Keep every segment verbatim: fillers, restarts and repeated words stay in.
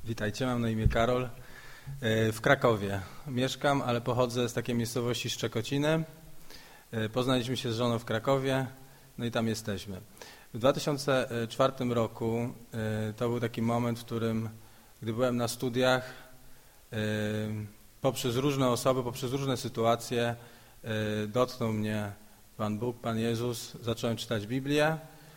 Witajcie, mam na imię Karol. W Krakowie mieszkam, ale pochodzę z takiej miejscowości Szczekociny. Poznaliśmy się z żoną w Krakowie, no i tam jesteśmy. W dwa tysiące czwartym roku to był taki moment, w którym, gdy byłem na studiach, poprzez różne osoby, poprzez różne sytuacje dotknął mnie Pan Bóg, Pan Jezus, zacząłem czytać Biblię.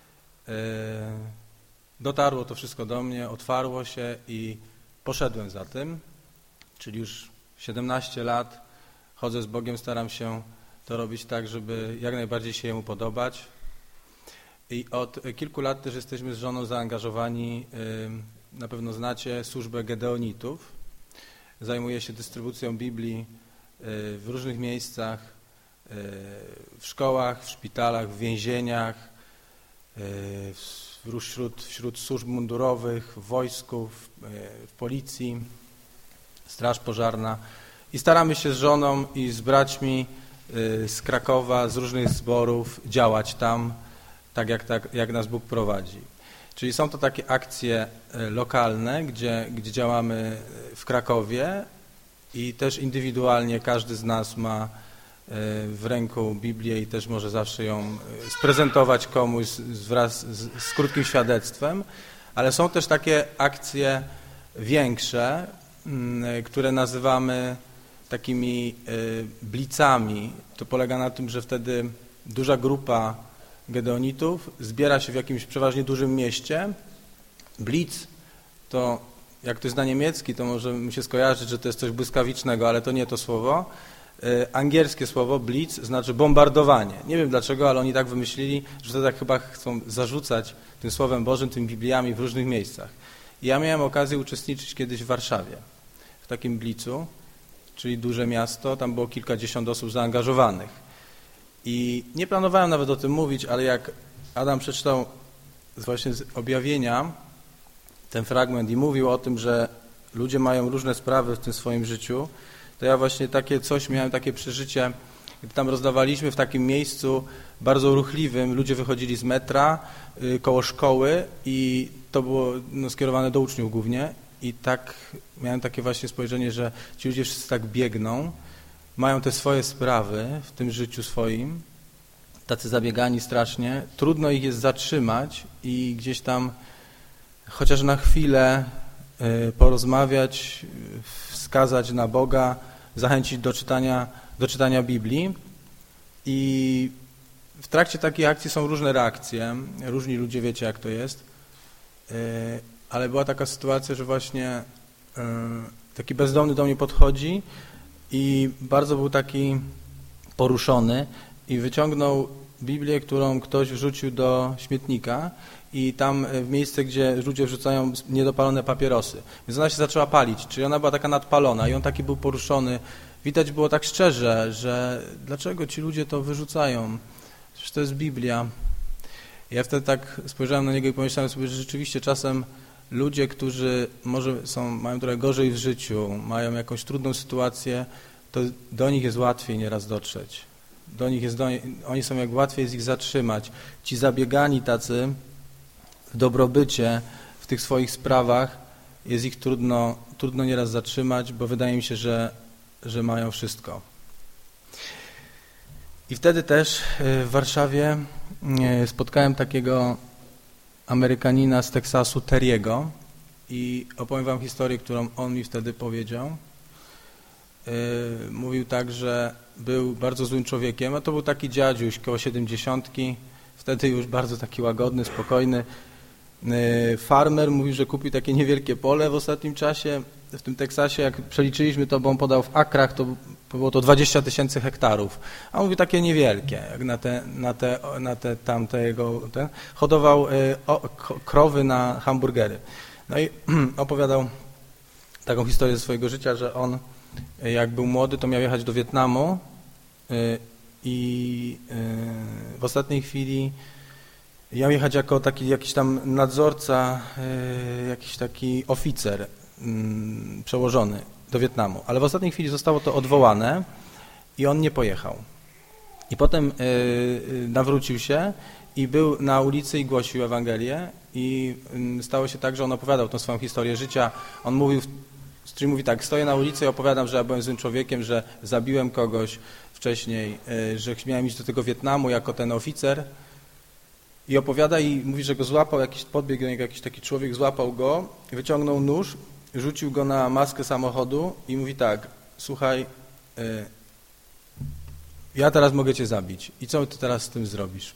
Dotarło to wszystko do mnie, otwarło się i poszedłem za tym, czyli już siedemnaście lat chodzę z Bogiem, staram się to robić tak, żeby jak najbardziej się Jemu podobać. I od kilku lat też jesteśmy z żoną zaangażowani, na pewno znacie służbę Gedeonitów. Zajmuję się dystrybucją Biblii w różnych miejscach, w szkołach, w szpitalach, w więzieniach, wśród, wśród służb mundurowych, w wojsku, w, w policji, straż pożarna. I staramy się z żoną i z braćmi z Krakowa, z różnych zborów działać tam, tak jak, tak jak nas Bóg prowadzi. Czyli są to takie akcje lokalne, gdzie, gdzie działamy w Krakowie i też indywidualnie każdy z nas ma w ręku Biblię i też może zawsze ją sprezentować komuś wraz z, z krótkim świadectwem, ale są też takie akcje większe, które nazywamy takimi blicami. To polega na tym, że wtedy duża grupa Gedeonitów zbiera się w jakimś przeważnie dużym mieście. Blitz to, jak to jest na niemiecki, to może mi się skojarzyć, że to jest coś błyskawicznego, ale to nie to słowo. Angielskie słowo blitz znaczy bombardowanie. Nie wiem dlaczego, ale oni tak wymyślili, że to tak chyba chcą zarzucać tym Słowem Bożym, tymi Bibliami w różnych miejscach. I ja miałem okazję uczestniczyć kiedyś w Warszawie, w takim blitzu, czyli duże miasto, tam było kilkadziesiąt osób zaangażowanych. I nie planowałem nawet o tym mówić, ale jak Adam przeczytał właśnie z objawienia ten fragment i mówił o tym, że ludzie mają różne sprawy w tym swoim życiu, to ja właśnie takie coś, miałem takie przeżycie, gdy tam rozdawaliśmy w takim miejscu bardzo ruchliwym, ludzie wychodzili z metra y, koło szkoły i to było no, skierowane do uczniów głównie i tak miałem takie właśnie spojrzenie, że ci ludzie wszyscy tak biegną, mają te swoje sprawy w tym życiu swoim, tacy zabiegani strasznie, trudno ich jest zatrzymać i gdzieś tam chociaż na chwilę y, porozmawiać, wskazać na Boga, zachęcić do czytania, do czytania Biblii. I w trakcie takiej akcji są różne reakcje, różni ludzie, wiecie jak to jest, ale była taka sytuacja, że właśnie taki bezdomny do mnie podchodzi i bardzo był taki poruszony i wyciągnął Biblię, którą ktoś wrzucił do śmietnika i tam w miejsce, gdzie ludzie wrzucają niedopalone papierosy. Więc ona się zaczęła palić, czyli ona była taka nadpalona i on taki był poruszony. Widać było tak szczerze, że dlaczego ci ludzie to wyrzucają? Przecież to jest Biblia. Ja wtedy tak spojrzałem na niego i pomyślałem sobie, że rzeczywiście czasem ludzie, którzy może są, mają trochę gorzej w życiu, mają jakąś trudną sytuację, to do nich jest łatwiej nieraz dotrzeć. Do nich jest, do, oni są jak łatwiej jest ich zatrzymać. Ci zabiegani tacy w dobrobycie, w tych swoich sprawach jest ich trudno, trudno nieraz zatrzymać, bo wydaje mi się, że, że mają wszystko. I wtedy też w Warszawie spotkałem takiego Amerykanina z Teksasu, Terry'ego i opowiem wam historię, którą on mi wtedy powiedział. Mówił tak, że był bardzo złym człowiekiem, a to był taki dziadziuś, koło siedemdziesiątki, wtedy już bardzo taki łagodny, spokojny. Farmer mówił, że kupił takie niewielkie pole w ostatnim czasie w tym Teksasie, jak przeliczyliśmy to, bo on podał w akrach, to było to dwadzieścia tysięcy hektarów, a on mówił takie niewielkie, jak na te, na te, na te tamte jego, ten, hodował o, krowy na hamburgery. No i opowiadał taką historię ze swojego życia, że on jak był młody, to miał jechać do Wietnamu i w ostatniej chwili miał jechać jako taki jakiś tam nadzorca, jakiś taki oficer przełożony do Wietnamu, ale w ostatniej chwili zostało to odwołane i on nie pojechał. I potem nawrócił się i był na ulicy i głosił Ewangelię i stało się tak, że on opowiadał tą swoją historię życia. On mówił, czyli mówi tak, stoję na ulicy i opowiadam, że ja byłem złym człowiekiem, że zabiłem kogoś wcześniej, że miałem iść do tego Wietnamu jako ten oficer i opowiada i mówi, że go złapał, jakiś podbiegł do niego jakiś taki człowiek, złapał go, wyciągnął nóż, rzucił go na maskę samochodu i mówi tak, słuchaj, ja teraz mogę cię zabić i co ty teraz z tym zrobisz?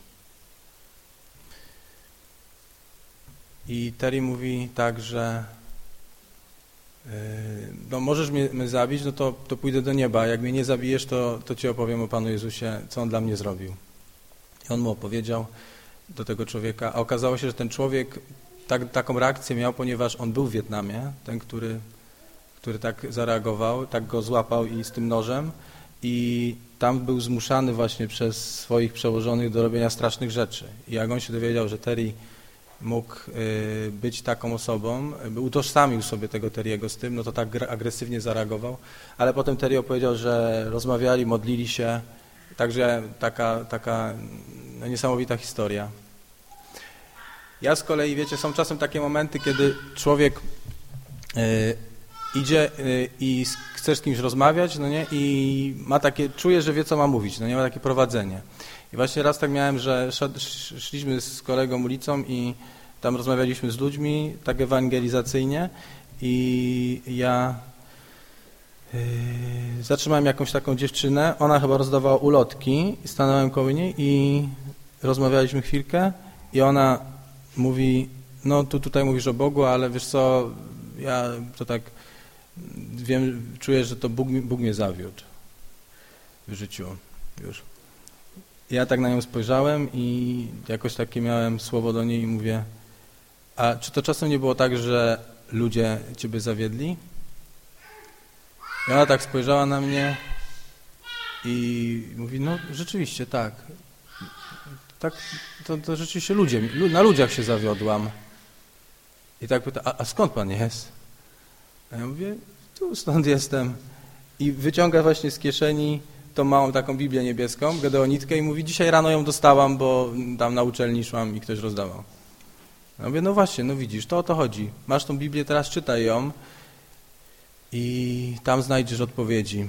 I Terry mówi tak, że yy, no możesz mnie, mnie zabić, no to, to pójdę do nieba, jak mnie nie zabijesz, to, to ci opowiem o Panu Jezusie, co On dla mnie zrobił. I on mu opowiedział do tego człowieka, a okazało się, że ten człowiek tak, taką reakcję miał, ponieważ on był w Wietnamie, ten, który, który tak zareagował, tak go złapał i z tym nożem i tam był zmuszany właśnie przez swoich przełożonych do robienia strasznych rzeczy. I jak on się dowiedział, że Terry mógł być taką osobą, utożsamił sobie tego Terry'ego z tym, no to tak agresywnie zareagował, ale potem Terry opowiedział, że rozmawiali, modlili się, także taka, taka no, niesamowita historia. Ja z kolei, wiecie, są czasem takie momenty, kiedy człowiek y, idzie y, i chce z kimś rozmawiać, no nie, i ma takie, czuje, że wie, co ma mówić, no nie, ma takie prowadzenie. I właśnie raz tak miałem, że szliśmy z kolegą ulicą i tam rozmawialiśmy z ludźmi, tak ewangelizacyjnie i ja yy, zatrzymałem jakąś taką dziewczynę, ona chyba rozdawała ulotki i stanąłem koło niej i rozmawialiśmy chwilkę i ona mówi, no tu tutaj mówisz o Bogu, ale wiesz co, ja to tak wiem, czuję, że to Bóg, Bóg mnie zawiódł w życiu już. Ja tak na nią spojrzałem i jakoś takie miałem słowo do niej i mówię, a czy to czasem nie było tak, że ludzie ciebie zawiedli? I ona tak spojrzała na mnie i mówi, no rzeczywiście tak. Tak, to, to rzeczywiście ludzie, na ludziach się zawiodłam. I tak pyta, a, a skąd pan jest? A ja mówię, tu stąd jestem. I wyciąga właśnie z kieszeni tą małą taką Biblię niebieską, gedeonitkę i mówi, dzisiaj rano ją dostałam, bo tam na uczelni szłam i ktoś rozdawał. Ja mówię, no właśnie, no widzisz, to o to chodzi. Masz tą Biblię, teraz czytaj ją i tam znajdziesz odpowiedzi.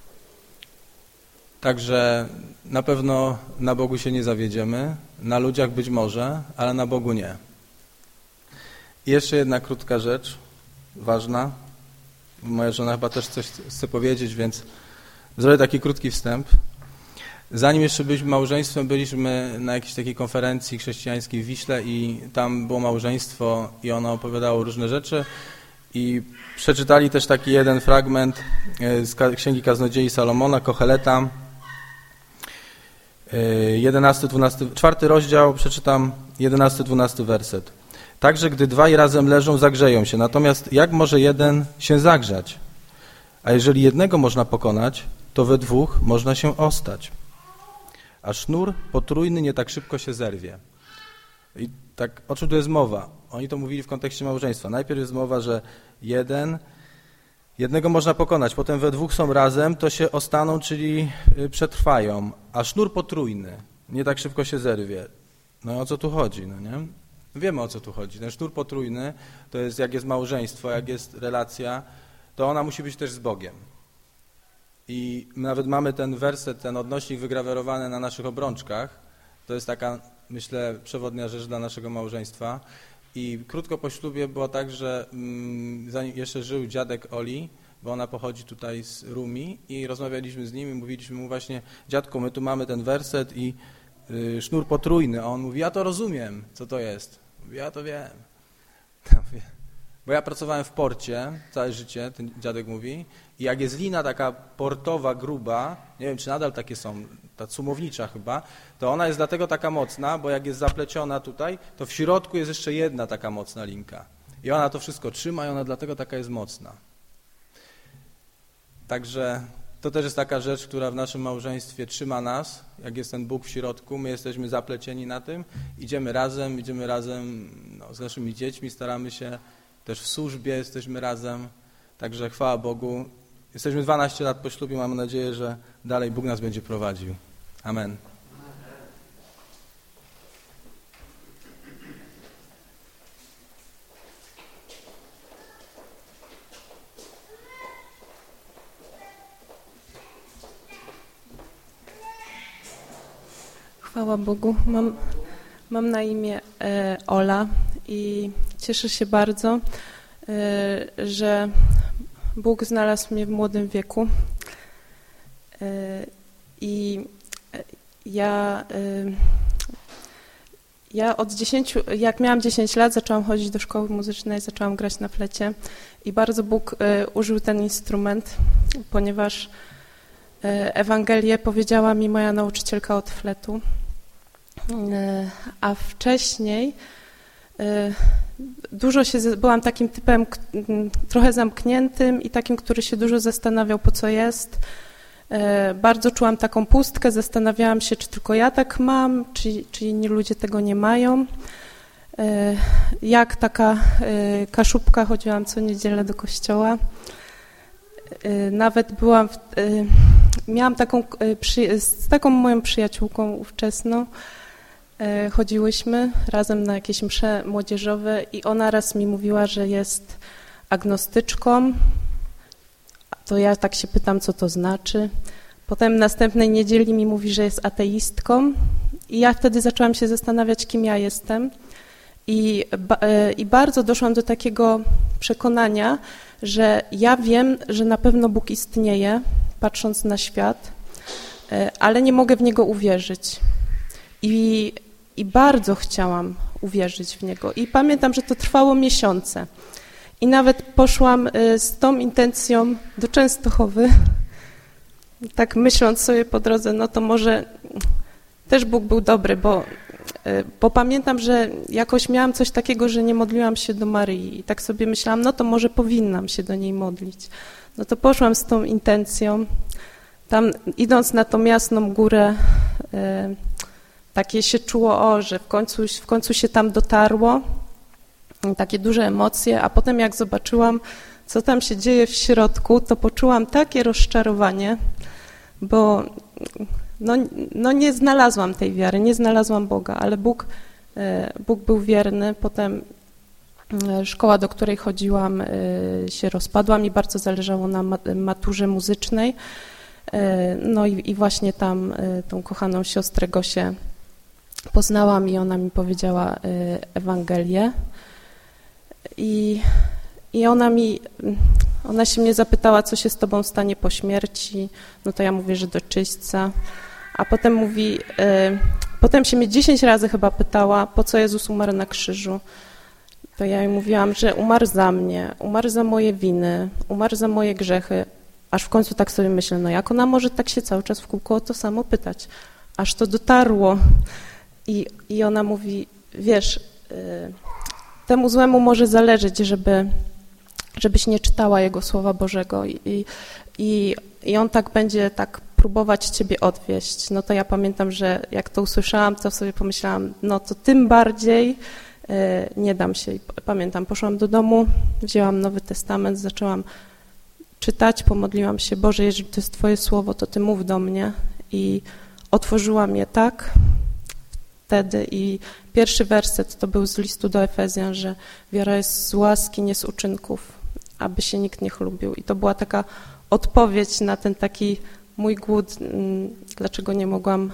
Także na pewno na Bogu się nie zawiedziemy, na ludziach być może, ale na Bogu nie. I jeszcze jedna krótka rzecz, ważna. Moja żona chyba też coś chce powiedzieć, więc zrobię taki krótki wstęp. Zanim jeszcze byliśmy małżeństwem, byliśmy na jakiejś takiej konferencji chrześcijańskiej w Wiśle i tam było małżeństwo i ono opowiadało różne rzeczy i przeczytali też taki jeden fragment z Księgi Kaznodziei Salomona, Kocheleta, jedenasty, dwunasty, czwarty rozdział, przeczytam jedenasty, dwunasty werset. Także gdy dwaj razem leżą, zagrzeją się, natomiast jak może jeden się zagrzać? A jeżeli jednego można pokonać, to we dwóch można się ostać. A sznur potrójny nie tak szybko się zerwie. I tak, o czym tu jest mowa? Oni to mówili w kontekście małżeństwa. Najpierw jest mowa, że jeden, jednego można pokonać, potem we dwóch są razem, to się ostaną, czyli przetrwają. A sznur potrójny nie tak szybko się zerwie. No o co tu chodzi, no nie? Wiemy, o co tu chodzi. Ten sznur potrójny to jest, jak jest małżeństwo, jak jest relacja, to ona musi być też z Bogiem. I my nawet mamy ten werset, ten odnośnik wygrawerowany na naszych obrączkach. To jest taka, myślę, przewodnia rzecz dla naszego małżeństwa. I krótko po ślubie było tak, że mm, zanim jeszcze żył dziadek Oli, bo ona pochodzi tutaj z Rumi i rozmawialiśmy z nim i mówiliśmy mu właśnie, dziadku, my tu mamy ten werset i y, sznur potrójny. A on mówi, ja to rozumiem, co to jest. Mówi, ja to wiem. Ja mówię, bo ja pracowałem w porcie całe życie, ten dziadek mówi, i jak jest lina taka portowa, gruba, nie wiem, czy nadal takie są, ta cumownicza chyba, to ona jest dlatego taka mocna, bo jak jest zapleciona tutaj, to w środku jest jeszcze jedna taka mocna linka. I ona to wszystko trzyma i ona dlatego taka jest mocna. Także to też jest taka rzecz, która w naszym małżeństwie trzyma nas, jak jest ten Bóg w środku, my jesteśmy zaplecieni na tym, idziemy razem, idziemy razem no, z naszymi dziećmi, staramy się, też w służbie jesteśmy razem, także chwała Bogu. Jesteśmy dwanaście lat po ślubie, mamy nadzieję, że dalej Bóg nas będzie prowadził. Amen. Chwała Bogu. Mam, mam na imię e, Ola i cieszę się bardzo, e, że Bóg znalazł mnie w młodym wieku. E, I ja, e, ja od dziesięciu, jak miałam dziesięć lat, zaczęłam chodzić do szkoły muzycznej, zaczęłam grać na flecie i bardzo Bóg e, użył ten instrument, ponieważ Ewangelię powiedziała mi moja nauczycielka od fletu, a wcześniej dużo się, byłam takim typem trochę zamkniętym i takim, który się dużo zastanawiał, po co jest. Bardzo czułam taką pustkę, zastanawiałam się, czy tylko ja tak mam, czy, czy inni ludzie tego nie mają. Jak taka kaszubka chodziłam co niedzielę do kościoła. Nawet byłam, w, miałam taką, z taką moją przyjaciółką ówczesną, chodziłyśmy razem na jakieś msze młodzieżowe i ona raz mi mówiła, że jest agnostyczką, to ja tak się pytam, co to znaczy. Potem następnej niedzieli mi mówi, że jest ateistką i ja wtedy zaczęłam się zastanawiać, kim ja jestem i, i bardzo doszłam do takiego przekonania, że ja wiem, że na pewno Bóg istnieje, patrząc na świat, ale nie mogę w Niego uwierzyć. I, i bardzo chciałam uwierzyć w Niego. I pamiętam, że to trwało miesiące. I nawet poszłam z tą intencją do Częstochowy, tak myśląc sobie po drodze, no to może też Bóg był dobry, bo, bo pamiętam, że jakoś miałam coś takiego, że nie modliłam się do Maryi i tak sobie myślałam, no to może powinnam się do niej modlić. No to poszłam z tą intencją, tam idąc na tą jasną górę, e, takie się czuło, o, że w końcu, w końcu się tam dotarło, takie duże emocje, a potem jak zobaczyłam, co tam się dzieje w środku, to poczułam takie rozczarowanie, bo no, no nie znalazłam tej wiary, nie znalazłam Boga, ale Bóg, Bóg był wierny. Potem szkoła, do której chodziłam, się rozpadła, mi bardzo zależało na maturze muzycznej, no i, i właśnie tam tą kochaną siostrę Gosię poznałam i ona mi powiedziała Ewangelię i, i ona mi, ona się mnie zapytała, co się z tobą stanie po śmierci, no to ja mówię, że do czyśćca, a potem mówi, potem się mnie dziesięć razy chyba pytała, po co Jezus umarł na krzyżu. To ja jej mówiłam, że umarł za mnie, umarł za moje winy, umarł za moje grzechy, aż w końcu tak sobie myślę, no jak ona może tak się cały czas w kółko o to samo pytać, aż to dotarło. I, i ona mówi, wiesz, temu złemu może zależeć, żeby, żebyś nie czytała Jego Słowa Bożego i, i, i on tak będzie tak próbować ciebie odwieść. No to ja pamiętam, że jak to usłyszałam, to sobie pomyślałam, no to tym bardziej nie dam się. I pamiętam, poszłam do domu, wzięłam Nowy Testament, zaczęłam czytać, pomodliłam się, Boże, jeżeli to jest Twoje słowo, to Ty mów do mnie. I otworzyłam je tak wtedy i pierwszy werset to był z listu do Efezjan, że wiara jest z łaski, nie z uczynków, aby się nikt nie chlubił. I to była taka odpowiedź na ten taki mój głód, dlaczego nie mogłam,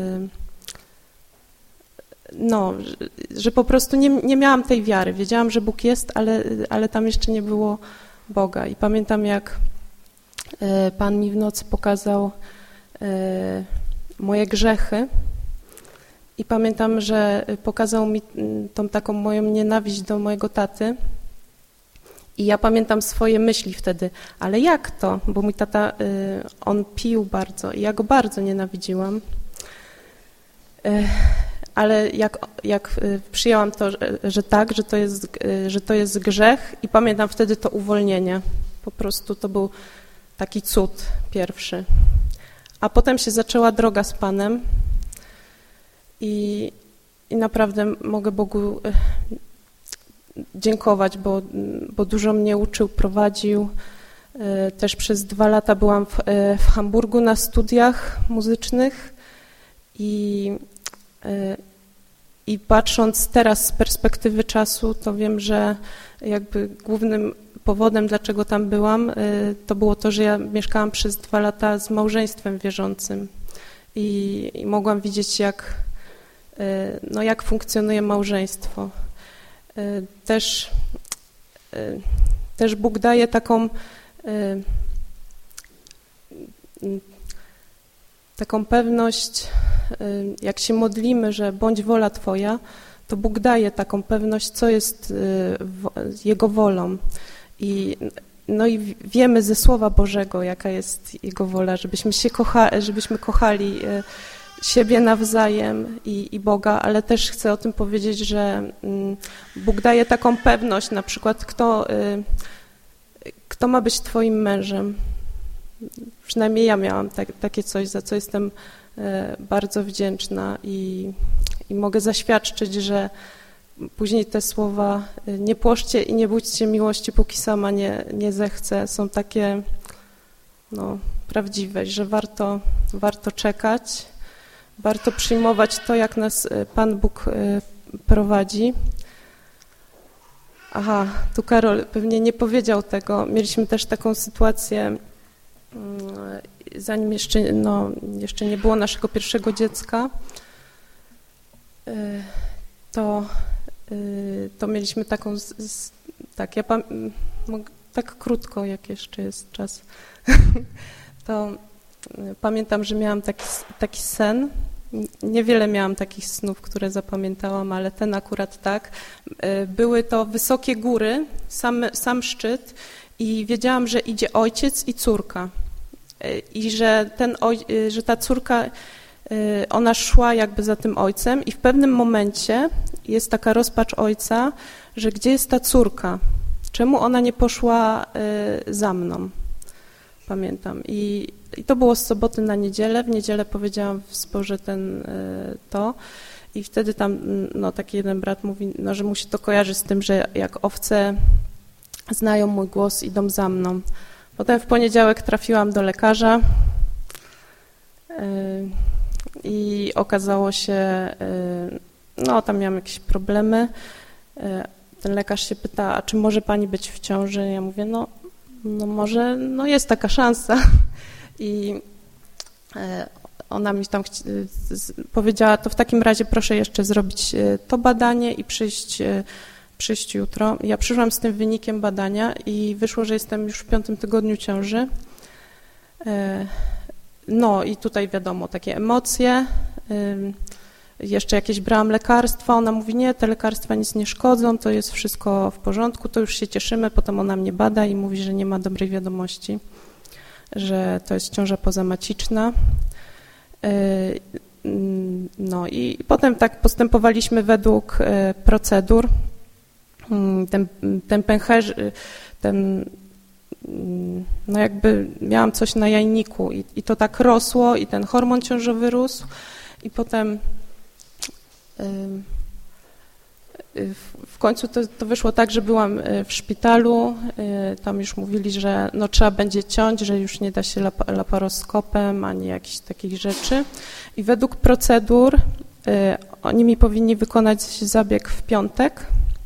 no, że po prostu nie, nie miałam tej wiary. Wiedziałam, że Bóg jest, ale, ale tam jeszcze nie było Boga. I pamiętam, jak Pan mi w nocy pokazał moje grzechy i pamiętam, że pokazał mi tą taką moją nienawiść do mojego taty i ja pamiętam swoje myśli wtedy, ale jak to? Bo mój tata, on pił bardzo i ja go bardzo nienawidziłam, ale jak, jak przyjęłam to, że, że tak, że to jest, że to jest grzech i pamiętam wtedy to uwolnienie, po prostu to był taki cud pierwszy. A potem się zaczęła droga z Panem i, i naprawdę mogę Bogu dziękować, bo, bo dużo mnie uczył, prowadził. Też przez dwa lata byłam w, w Hamburgu na studiach muzycznych i, i patrząc teraz z perspektywy czasu, to wiem, że jakby głównym powodem, dlaczego tam byłam, to było to, że ja mieszkałam przez dwa lata z małżeństwem wierzącym i, i mogłam widzieć, jak, no jak funkcjonuje małżeństwo. Też, też Bóg daje taką, taką pewność, jak się modlimy, że bądź wola Twoja, to Bóg daje taką pewność, co jest Jego wolą. I, no i wiemy ze Słowa Bożego, jaka jest Jego wola, żebyśmy się kocha, żebyśmy kochali siebie nawzajem i, i Boga, ale też chcę o tym powiedzieć, że Bóg daje taką pewność, na przykład kto, kto ma być Twoim mężem. Przynajmniej ja miałam tak, takie coś, za co jestem bardzo wdzięczna i, i mogę zaświadczyć, że później te słowa nie płoszcie i nie budźcie miłości, póki sama nie, nie zechce, są takie no, prawdziwe, że warto, warto czekać, warto przyjmować to, jak nas Pan Bóg prowadzi. Aha, tu Karol pewnie nie powiedział tego. Mieliśmy też taką sytuację, zanim jeszcze, no, jeszcze nie było naszego pierwszego dziecka, to, to mieliśmy taką, tak, ja pam, tak krótko, jak jeszcze jest czas, to pamiętam, że miałam taki, taki sen. Niewiele miałam takich snów, które zapamiętałam, ale ten akurat tak. Były to wysokie góry, sam, sam szczyt i wiedziałam, że idzie ojciec i córka. I że, ten, że ta córka, ona szła jakby za tym ojcem i w pewnym momencie jest taka rozpacz ojca, że gdzie jest ta córka? Czemu ona nie poszła za mną? Pamiętam. I, i to było z soboty na niedzielę. W niedzielę powiedziałam w zborze ten, to i wtedy tam no, taki jeden brat mówi, no, że mu się to kojarzy z tym, że jak owce znają mój głos, idą za mną. Potem w poniedziałek trafiłam do lekarza i okazało się, no tam miałam jakieś problemy. Ten lekarz się pyta, a czy może pani być w ciąży? Ja mówię, no, no może, no jest taka szansa. I ona mi tam powiedziała, to w takim razie proszę jeszcze zrobić to badanie i przyjść przyjść jutro. Ja przyszłam z tym wynikiem badania i wyszło, że jestem już w piątym tygodniu ciąży. No i tutaj wiadomo, takie emocje, jeszcze jakieś brałam lekarstwa, ona mówi, nie, te lekarstwa nic nie szkodzą, to jest wszystko w porządku, to już się cieszymy, potem ona mnie bada i mówi, że nie ma dobrej wiadomości, że to jest ciąża pozamaciczna. No i potem tak postępowaliśmy według procedur. Ten, ten pęcherz, ten, no jakby miałam coś na jajniku i, i to tak rosło i ten hormon ciążowy rósł i potem y, w końcu to, to wyszło tak, że byłam w szpitalu, y, tam już mówili, że no trzeba będzie ciąć, że już nie da się lap, laparoskopem ani jakichś takich rzeczy i według procedur y, oni mi powinni wykonać zabieg w piątek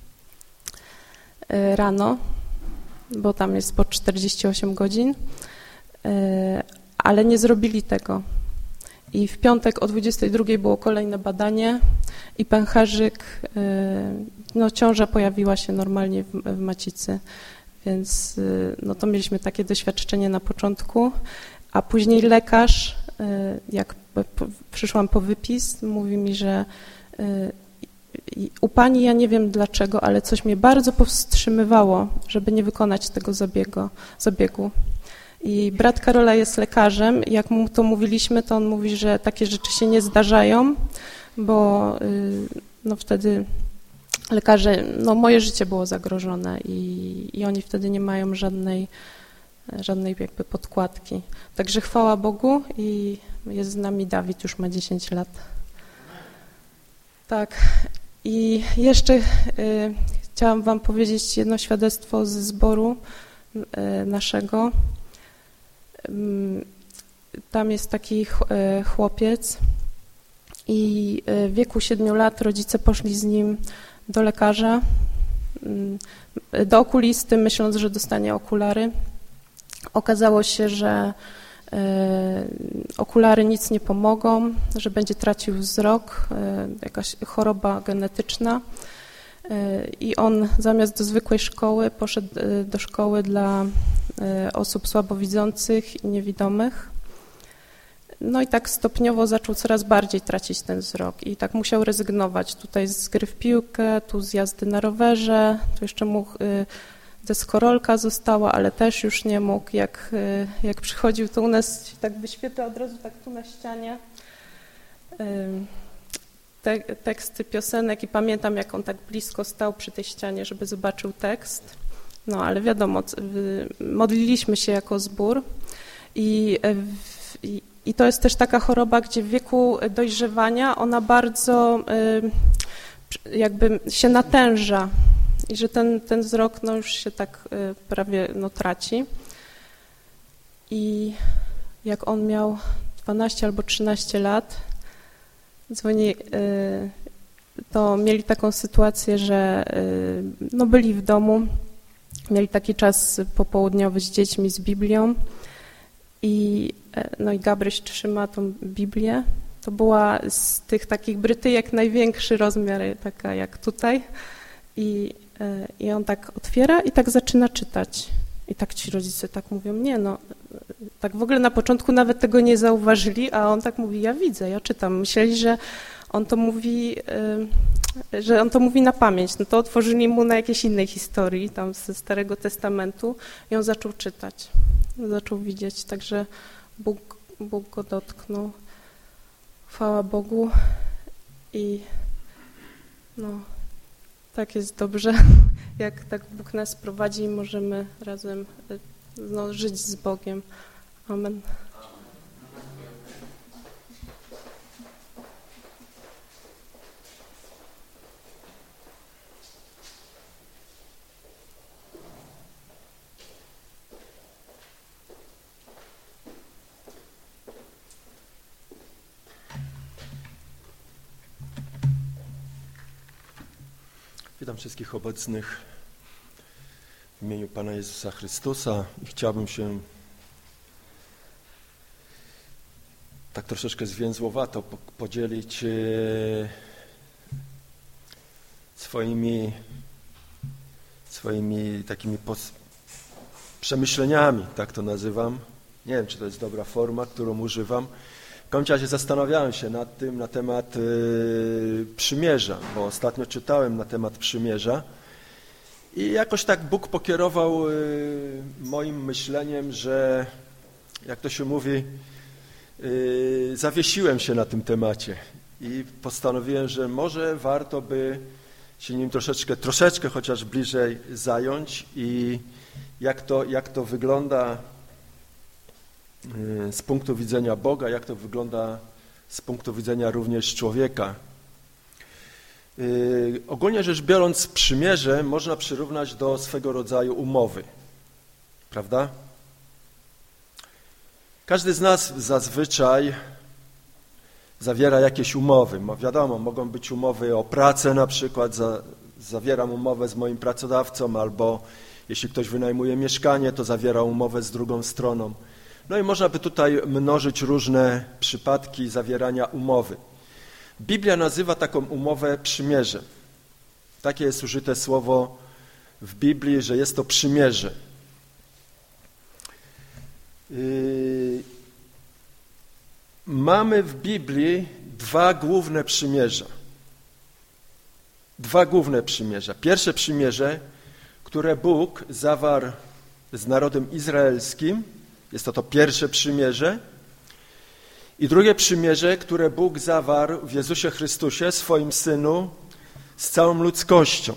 rano, bo tam jest po czterdzieści osiem godzin, ale nie zrobili tego. I w piątek o dwudziestej drugiej było kolejne badanie i pęcherzyk, no ciąża pojawiła się normalnie w, w macicy, więc no to mieliśmy takie doświadczenie na początku, a później lekarz, jak przyszłam po wypis, mówi mi, że u pani ja nie wiem dlaczego, ale coś mnie bardzo powstrzymywało, żeby nie wykonać tego zabiegu. zabiegu. I brat Karola jest lekarzem i jak mu to mówiliśmy, to on mówi, że takie rzeczy się nie zdarzają, bo no wtedy lekarze, no moje życie było zagrożone i, i oni wtedy nie mają żadnej, żadnej jakby podkładki. Także chwała Bogu i jest z nami Dawid, już ma dziesięć lat. Tak. I jeszcze y, chciałam wam powiedzieć jedno świadectwo ze zboru y, naszego. Y, tam jest taki ch y, chłopiec i y, w wieku siedmiu lat rodzice poszli z nim do lekarza, y, do okulisty, myśląc, że dostanie okulary. Okazało się, że Okulary nic nie pomogą, że będzie tracił wzrok, jakaś choroba genetyczna i on zamiast do zwykłej szkoły poszedł do szkoły dla osób słabowidzących i niewidomych. No i tak stopniowo zaczął coraz bardziej tracić ten wzrok i tak musiał rezygnować. Tutaj z gry w piłkę, tu z jazdy na rowerze, tu jeszcze mógł, deskorolka została, ale też już nie mógł. Jak, jak przychodził, to u nas się tak wyświetla od razu tak tu na ścianie te, teksty piosenek i pamiętam, jak on tak blisko stał przy tej ścianie, żeby zobaczył tekst. No ale wiadomo, modliliśmy się jako zbór i, i I to jest też taka choroba, gdzie w wieku dojrzewania ona bardzo jakby się natęża i że ten, ten wzrok no już się tak prawie no, traci. I jak on miał dwanaście albo trzynaście lat, dzwoni, to mieli taką sytuację, że no, byli w domu, mieli taki czas popołudniowy z dziećmi, z Biblią. I, no i Gabryś trzyma tą Biblię. To była z tych takich brytyjek największy rozmiar, taka jak tutaj. I, I on tak otwiera i tak zaczyna czytać. I tak ci rodzice tak mówią, nie no, tak w ogóle na początku nawet tego nie zauważyli, a on tak mówi, ja widzę, ja czytam. Myśleli, że on to mówi, że on to mówi na pamięć. No to otworzyli mu na jakiejś innej historii, tam ze Starego Testamentu i on zaczął czytać. Zaczął widzieć, także Bóg, Bóg go dotknął. Chwała Bogu i no, tak jest dobrze, jak tak Bóg nas prowadzi i możemy razem no, żyć z Bogiem. Amen. Witam wszystkich obecnych w imieniu Pana Jezusa Chrystusa i chciałbym się tak troszeczkę zwięzłowato podzielić swoimi, swoimi takimi przemyśleniami, tak to nazywam. Nie wiem, czy to jest dobra forma, którą używam. W każdym razie zastanawiałem się nad tym, na temat y, przymierza, bo ostatnio czytałem na temat przymierza i jakoś tak Bóg pokierował y, moim myśleniem, że jak to się mówi, y, zawiesiłem się na tym temacie i postanowiłem, że może warto by się nim troszeczkę, troszeczkę chociaż bliżej zająć i jak to, jak to wygląda z punktu widzenia Boga, jak to wygląda z punktu widzenia również człowieka. Yy, ogólnie rzecz biorąc, przymierze można przyrównać do swego rodzaju umowy, prawda? Każdy z nas zazwyczaj zawiera jakieś umowy. Wiadomo, mogą być umowy o pracę na przykład, za, zawieram umowę z moim pracodawcą, albo jeśli ktoś wynajmuje mieszkanie, to zawiera umowę z drugą stroną. No i można by tutaj mnożyć różne przypadki zawierania umowy. Biblia nazywa taką umowę przymierzem. Takie jest użyte słowo w Biblii, że jest to przymierze. Yy... Mamy w Biblii dwa główne przymierza. Dwa główne przymierza. Pierwsze przymierze, które Bóg zawarł z narodem izraelskim, jest to to pierwsze przymierze. I drugie przymierze, które Bóg zawarł w Jezusie Chrystusie, swoim Synu, z całą ludzkością.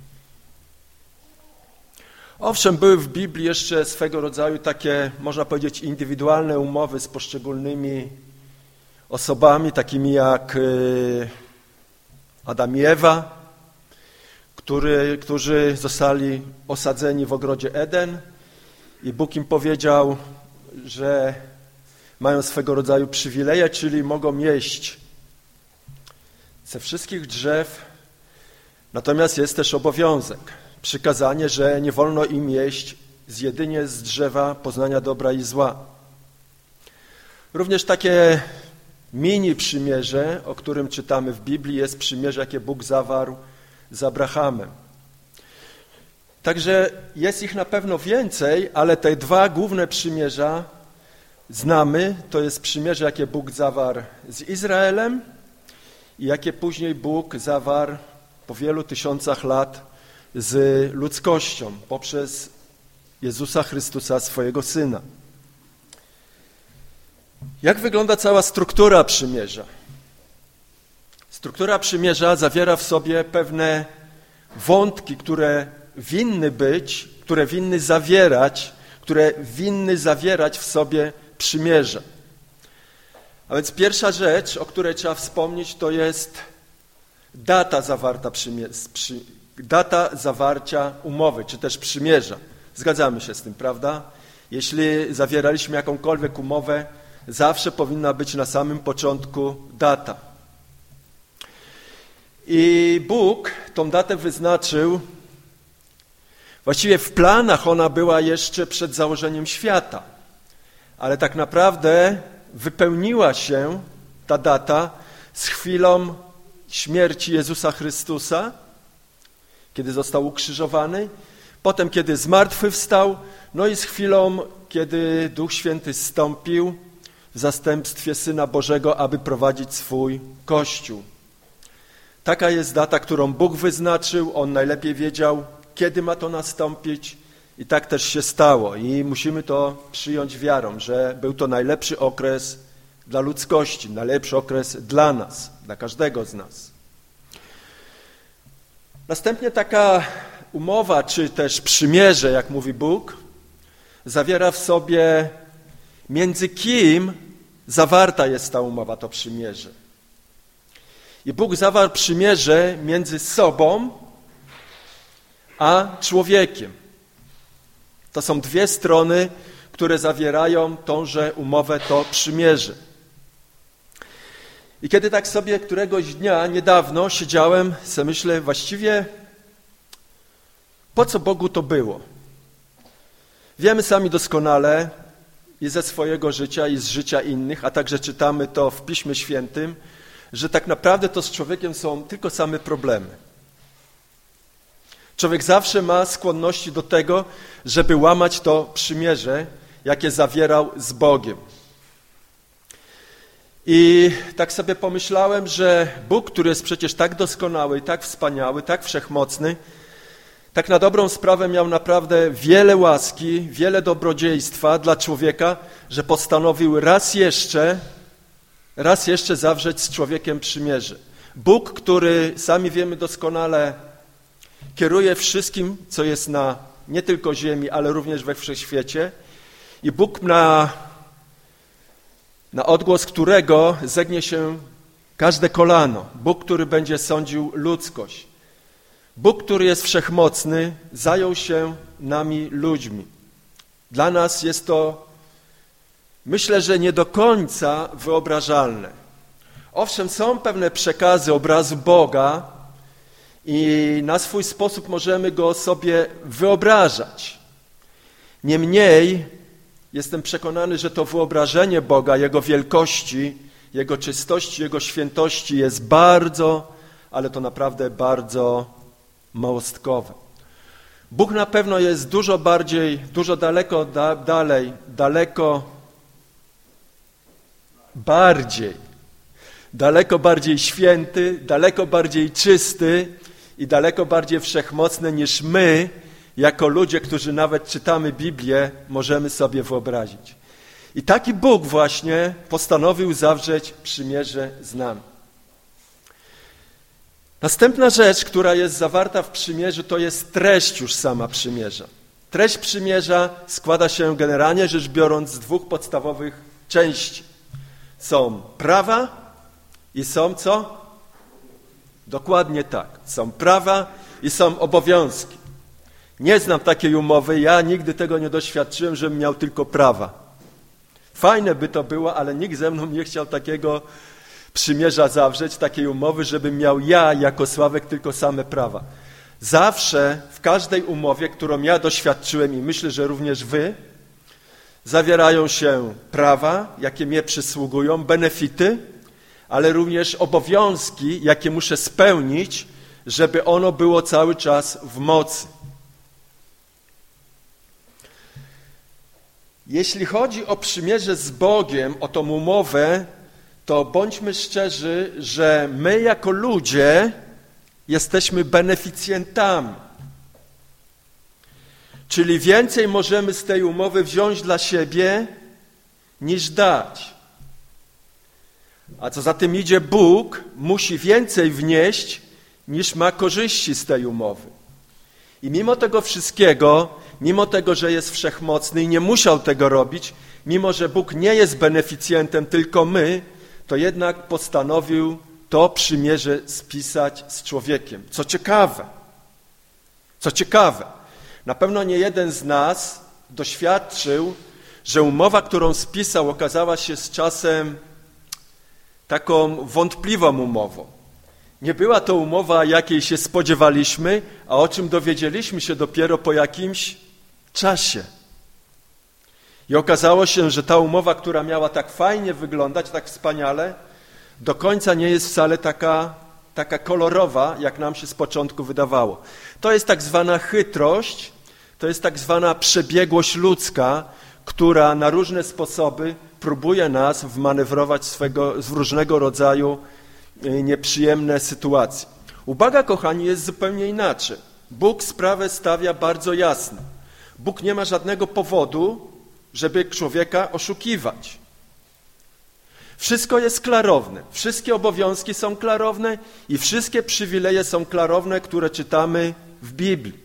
Owszem, były w Biblii jeszcze swego rodzaju takie, można powiedzieć, indywidualne umowy z poszczególnymi osobami, takimi jak Adam i Ewa, który, którzy zostali osadzeni w ogrodzie Eden i Bóg im powiedział, że mają swego rodzaju przywileje, czyli mogą jeść ze wszystkich drzew, natomiast jest też obowiązek, przykazanie, że nie wolno im jeść z jedynie z drzewa poznania dobra i zła. Również takie mini przymierze, o którym czytamy w Biblii, jest przymierze, jakie Bóg zawarł z Abrahamem. Także jest ich na pewno więcej, ale te dwa główne przymierza znamy. To jest przymierze, jakie Bóg zawarł z Izraelem i jakie później Bóg zawarł po wielu tysiącach lat z ludzkością poprzez Jezusa Chrystusa, swojego Syna. Jak wygląda cała struktura przymierza? Struktura przymierza zawiera w sobie pewne wątki, które winny być, które winny zawierać, które winny zawierać w sobie przymierze. A więc pierwsza rzecz, o której trzeba wspomnieć, to jest data zawarta przymierza, przy, data zawarcia umowy, czy też przymierza. Zgadzamy się z tym, prawda? Jeśli zawieraliśmy jakąkolwiek umowę, zawsze powinna być na samym początku data. I Bóg tą datę wyznaczył, właściwie w planach ona była jeszcze przed założeniem świata, ale tak naprawdę wypełniła się ta data z chwilą śmierci Jezusa Chrystusa, kiedy został ukrzyżowany, potem kiedy zmartwychwstał, no i z chwilą, kiedy Duch Święty zstąpił w zastępstwie Syna Bożego, aby prowadzić swój Kościół. Taka jest data, którą Bóg wyznaczył, On najlepiej wiedział, kiedy ma to nastąpić i tak też się stało. I musimy to przyjąć wiarą, że był to najlepszy okres dla ludzkości, najlepszy okres dla nas, dla każdego z nas. Następnie taka umowa, czy też przymierze, jak mówi Bóg, zawiera w sobie, między kim zawarta jest ta umowa, to przymierze. I Bóg zawarł przymierze między sobą a człowiekiem. To są dwie strony, które zawierają tąże umowę, to przymierze. I kiedy tak sobie któregoś dnia, niedawno siedziałem, sobie myślę, właściwie po co Bogu to było? Wiemy sami doskonale i ze swojego życia, i z życia innych, a także czytamy to w Piśmie Świętym, że tak naprawdę to z człowiekiem są tylko same problemy. Człowiek zawsze ma skłonności do tego, żeby łamać to przymierze, jakie zawierał z Bogiem. I tak sobie pomyślałem, że Bóg, który jest przecież tak doskonały, tak wspaniały, tak wszechmocny, tak na dobrą sprawę miał naprawdę wiele łaski, wiele dobrodziejstwa dla człowieka, że postanowił raz jeszcze, raz jeszcze zawrzeć z człowiekiem przymierze. Bóg, który, sami wiemy doskonale, kieruje wszystkim, co jest na nie tylko ziemi, ale również we wszechświecie. I Bóg, na, na odgłos którego zegnie się każde kolano. Bóg, który będzie sądził ludzkość. Bóg, który jest wszechmocny, zajął się nami ludźmi. Dla nas jest to, myślę, że nie do końca wyobrażalne. Owszem, są pewne przekazy obrazu Boga i na swój sposób możemy go sobie wyobrażać. Niemniej jestem przekonany, że to wyobrażenie Boga, Jego wielkości, Jego czystości, Jego świętości jest bardzo, ale to naprawdę bardzo małostkowe. Bóg na pewno jest dużo bardziej, dużo daleko da, dalej, daleko bardziej, daleko bardziej święty, daleko bardziej czysty i daleko bardziej wszechmocny niż my, jako ludzie, którzy nawet czytamy Biblię, możemy sobie wyobrazić. I taki Bóg właśnie postanowił zawrzeć przymierze z nami. Następna rzecz, która jest zawarta w przymierzu, to jest treść już sama przymierza. Treść przymierza składa się generalnie rzecz biorąc z dwóch podstawowych części. Są prawa i są co? Dokładnie tak. Są prawa i są obowiązki. Nie znam takiej umowy, ja nigdy tego nie doświadczyłem, żebym miał tylko prawa. Fajne by to było, ale nikt ze mną nie chciał takiego przymierza zawrzeć, takiej umowy, żebym miał ja jako Sławek tylko same prawa. Zawsze w każdej umowie, którą ja doświadczyłem i myślę, że również wy, zawierają się prawa, jakie mnie przysługują, benefity, ale również obowiązki, jakie muszę spełnić, żeby ono było cały czas w mocy. Jeśli chodzi o przymierze z Bogiem, o tą umowę, to bądźmy szczerzy, że my jako ludzie jesteśmy beneficjentami. Czyli więcej możemy z tej umowy wziąć dla siebie, niż dać. A co za tym idzie, Bóg musi więcej wnieść, niż ma korzyści z tej umowy. I mimo tego wszystkiego, mimo tego, że jest wszechmocny i nie musiał tego robić, mimo że Bóg nie jest beneficjentem, tylko my, to jednak postanowił to przymierze spisać z człowiekiem. Co ciekawe, co ciekawe, na pewno nie jeden z nas doświadczył, że umowa, którą spisał, okazała się z czasem taką wątpliwą umową. Nie była to umowa, jakiej się spodziewaliśmy, a o czym dowiedzieliśmy się dopiero po jakimś czasie. I okazało się, że ta umowa, która miała tak fajnie wyglądać, tak wspaniale, do końca nie jest wcale taka, taka kolorowa, jak nam się z początku wydawało. To jest tak zwana chytrość, to jest tak zwana przebiegłość ludzka, która na różne sposoby próbuje nas wmanewrować swego, w różnego rodzaju nieprzyjemne sytuacje. U Boga, kochani, jest zupełnie inaczej. Bóg sprawę stawia bardzo jasno. Bóg nie ma żadnego powodu, żeby człowieka oszukiwać. Wszystko jest klarowne, wszystkie obowiązki są klarowne i wszystkie przywileje są klarowne, które czytamy w Biblii.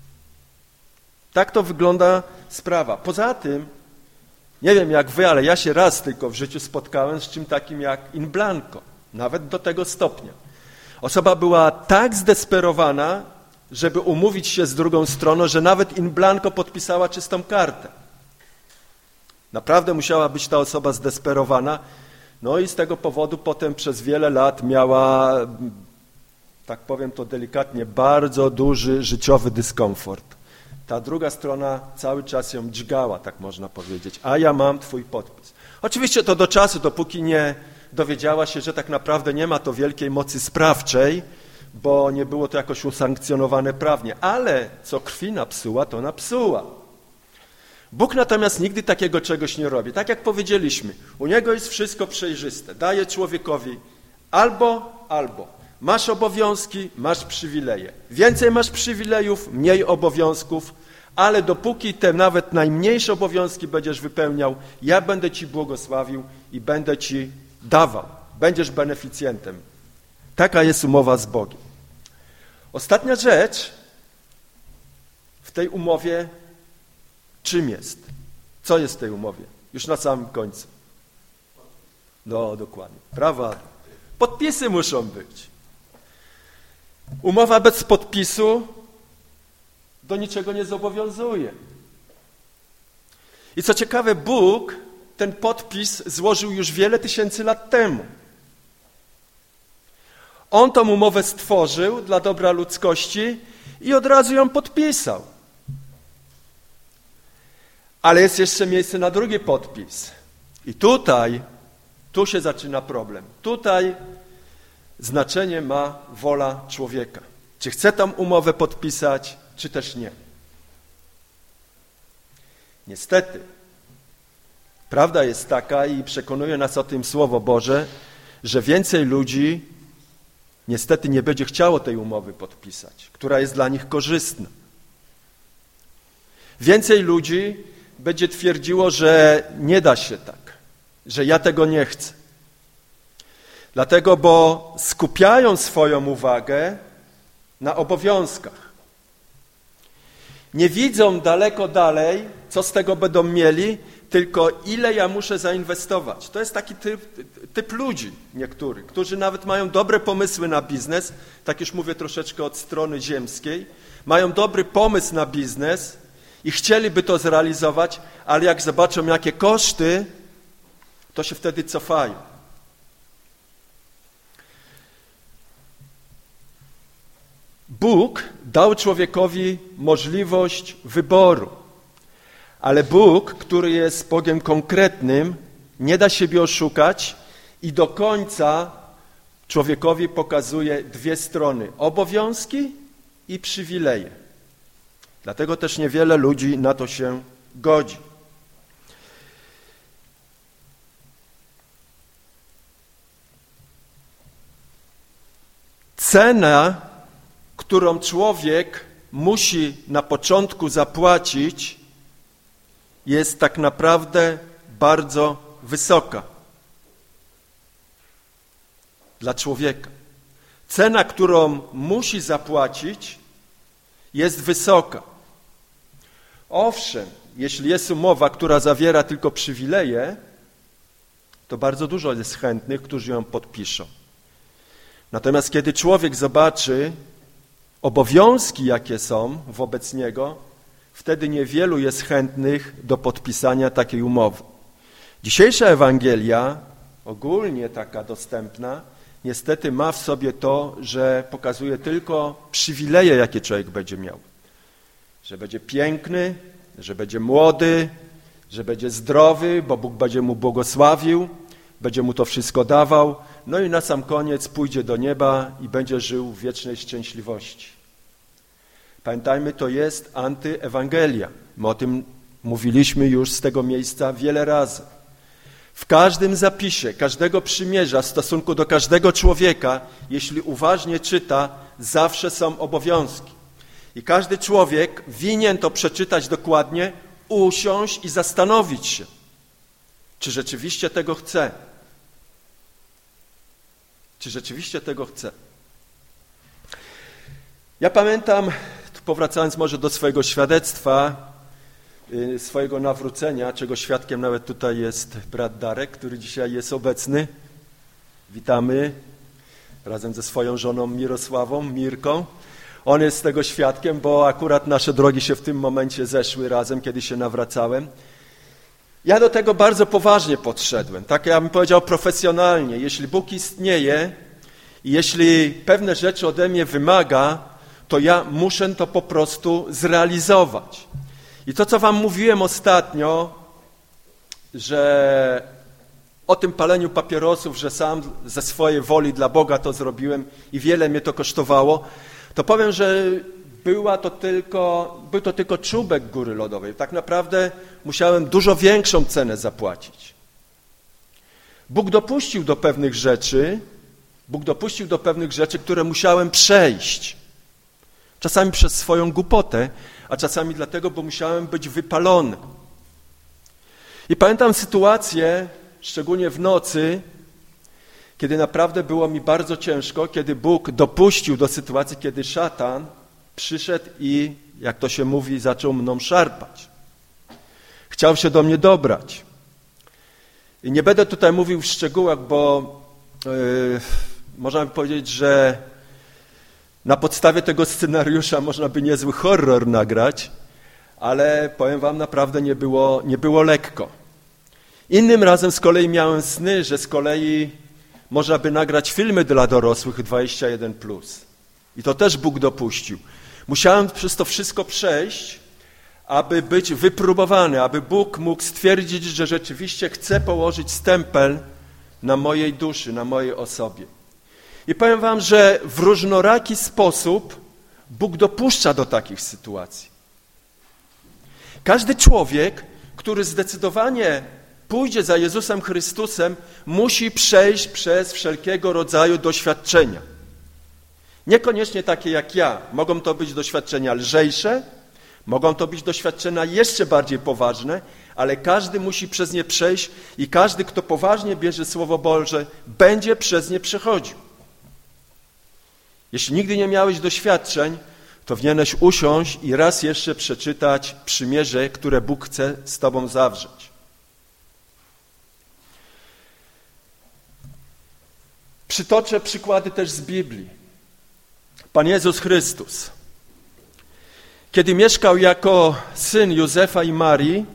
Tak to wygląda sprawa. Poza tym, nie wiem jak wy, ale ja się raz tylko w życiu spotkałem z czym takim jak in blanco, nawet do tego stopnia. Osoba była tak zdesperowana, żeby umówić się z drugą stroną, że nawet in blanco podpisała czystą kartę. Naprawdę musiała być ta osoba zdesperowana, no i z tego powodu potem przez wiele lat miała, tak powiem to delikatnie, bardzo duży życiowy dyskomfort. Ta druga strona cały czas ją dźgała, tak można powiedzieć, a ja mam twój podpis. Oczywiście to do czasu, dopóki nie dowiedziała się, że tak naprawdę nie ma to wielkiej mocy sprawczej, bo nie było to jakoś usankcjonowane prawnie, ale co krwi napsuła, to napsuła. Bóg natomiast nigdy takiego czegoś nie robi. Tak jak powiedzieliśmy, u Niego jest wszystko przejrzyste. Daje człowiekowi albo, albo. Masz obowiązki, masz przywileje. Więcej masz przywilejów, mniej obowiązków, ale dopóki te nawet najmniejsze obowiązki będziesz wypełniał, ja będę Ci błogosławił i będę Ci dawał. Będziesz beneficjentem. Taka jest umowa z Bogiem. Ostatnia rzecz w tej umowie czym jest? Co jest w tej umowie? Już na samym końcu. No, dokładnie. Prawa. Podpisy muszą być. Umowa bez podpisu do niczego nie zobowiązuje. I co ciekawe, Bóg ten podpis złożył już wiele tysięcy lat temu. On tą umowę stworzył dla dobra ludzkości i od razu ją podpisał. Ale jest jeszcze miejsce na drugi podpis. I tutaj, tu się zaczyna problem. Tutaj znaczenie ma wola człowieka. Czy chce tą umowę podpisać, czy też nie. Niestety, prawda jest taka i przekonuje nas o tym Słowo Boże, że więcej ludzi niestety nie będzie chciało tej umowy podpisać, która jest dla nich korzystna. Więcej ludzi będzie twierdziło, że nie da się tak, że ja tego nie chcę. Dlatego, bo skupiają swoją uwagę na obowiązkach. Nie widzą daleko dalej, co z tego będą mieli, tylko ile ja muszę zainwestować. To jest taki typ, typ ludzi niektórych, którzy nawet mają dobre pomysły na biznes, tak już mówię troszeczkę od strony ziemskiej, mają dobry pomysł na biznes i chcieliby to zrealizować, ale jak zobaczą, jakie koszty, to się wtedy cofają. Bóg dał człowiekowi możliwość wyboru, Ale Bóg, który jest Bogiem konkretnym, nie da siebie oszukać i do końca człowiekowi pokazuje dwie strony, obowiązki i przywileje. Dlatego też niewiele ludzi na to się godzi. Cena, którą człowiek musi na początku zapłacić, jest tak naprawdę bardzo wysoka dla człowieka. Cena, którą musi zapłacić, jest wysoka. Owszem, jeśli jest umowa, która zawiera tylko przywileje, to bardzo dużo jest chętnych, którzy ją podpiszą. Natomiast kiedy człowiek zobaczy obowiązki, jakie są wobec niego, wtedy niewielu jest chętnych do podpisania takiej umowy. Dzisiejsza Ewangelia, ogólnie taka dostępna, niestety ma w sobie to, że pokazuje tylko przywileje, jakie człowiek będzie miał. Że będzie piękny, że będzie młody, że będzie zdrowy, bo Bóg będzie mu błogosławił, będzie mu to wszystko dawał, no i na sam koniec pójdzie do nieba i będzie żył w wiecznej szczęśliwości. Pamiętajmy, to jest antyewangelia. My o tym mówiliśmy już z tego miejsca wiele razy. W każdym zapisie, każdego przymierza w stosunku do każdego człowieka, jeśli uważnie czyta, zawsze są obowiązki. I każdy człowiek winien to przeczytać dokładnie, usiąść i zastanowić się, czy rzeczywiście tego chce. Czy rzeczywiście tego chce. Ja pamiętam, powracając może do swojego świadectwa, swojego nawrócenia, czego świadkiem nawet tutaj jest brat Darek, który dzisiaj jest obecny. Witamy razem ze swoją żoną Mirosławą, Mirką. On jest tego świadkiem, bo akurat nasze drogi się w tym momencie zeszły razem, kiedy się nawracałem. Ja do tego bardzo poważnie podszedłem, tak ja bym powiedział profesjonalnie. Jeśli Bóg istnieje i jeśli pewne rzeczy ode mnie wymaga, to ja muszę to po prostu zrealizować. I to, co wam mówiłem ostatnio, że o tym paleniu papierosów, że sam ze swojej woli dla Boga to zrobiłem i wiele mnie to kosztowało, to powiem, że była to tylko, był to tylko czubek góry lodowej. Tak naprawdę musiałem dużo większą cenę zapłacić. Bóg dopuścił do pewnych rzeczy, Bóg dopuścił do pewnych rzeczy, które musiałem przejść. Czasami przez swoją głupotę, a czasami dlatego, bo musiałem być wypalony. I pamiętam sytuację, szczególnie w nocy, kiedy naprawdę było mi bardzo ciężko, kiedy Bóg dopuścił do sytuacji, kiedy szatan przyszedł i, jak to się mówi, zaczął mną szarpać. Chciał się do mnie dobrać. I nie będę tutaj mówił w szczegółach, bo yy, można by powiedzieć, że na podstawie tego scenariusza można by niezły horror nagrać, ale powiem wam, naprawdę nie było, nie było lekko. Innym razem z kolei miałem sny, że z kolei można by nagrać filmy dla dorosłych dwadzieścia jeden plus. I to też Bóg dopuścił. Musiałem przez to wszystko przejść, aby być wypróbowany, aby Bóg mógł stwierdzić, że rzeczywiście chce położyć stempel na mojej duszy, na mojej osobie. I powiem wam, że w różnoraki sposób Bóg dopuszcza do takich sytuacji. Każdy człowiek, który zdecydowanie pójdzie za Jezusem Chrystusem, musi przejść przez wszelkiego rodzaju doświadczenia. Niekoniecznie takie jak ja. Mogą to być doświadczenia lżejsze, mogą to być doświadczenia jeszcze bardziej poważne, ale każdy musi przez nie przejść i każdy, kto poważnie bierze Słowo Boże, będzie przez nie przechodził. Jeśli nigdy nie miałeś doświadczeń, to powinieneś usiąść i raz jeszcze przeczytać przymierze, które Bóg chce z tobą zawrzeć. Przytoczę przykłady też z Biblii. Pan Jezus Chrystus, kiedy mieszkał jako syn Józefa i Marii,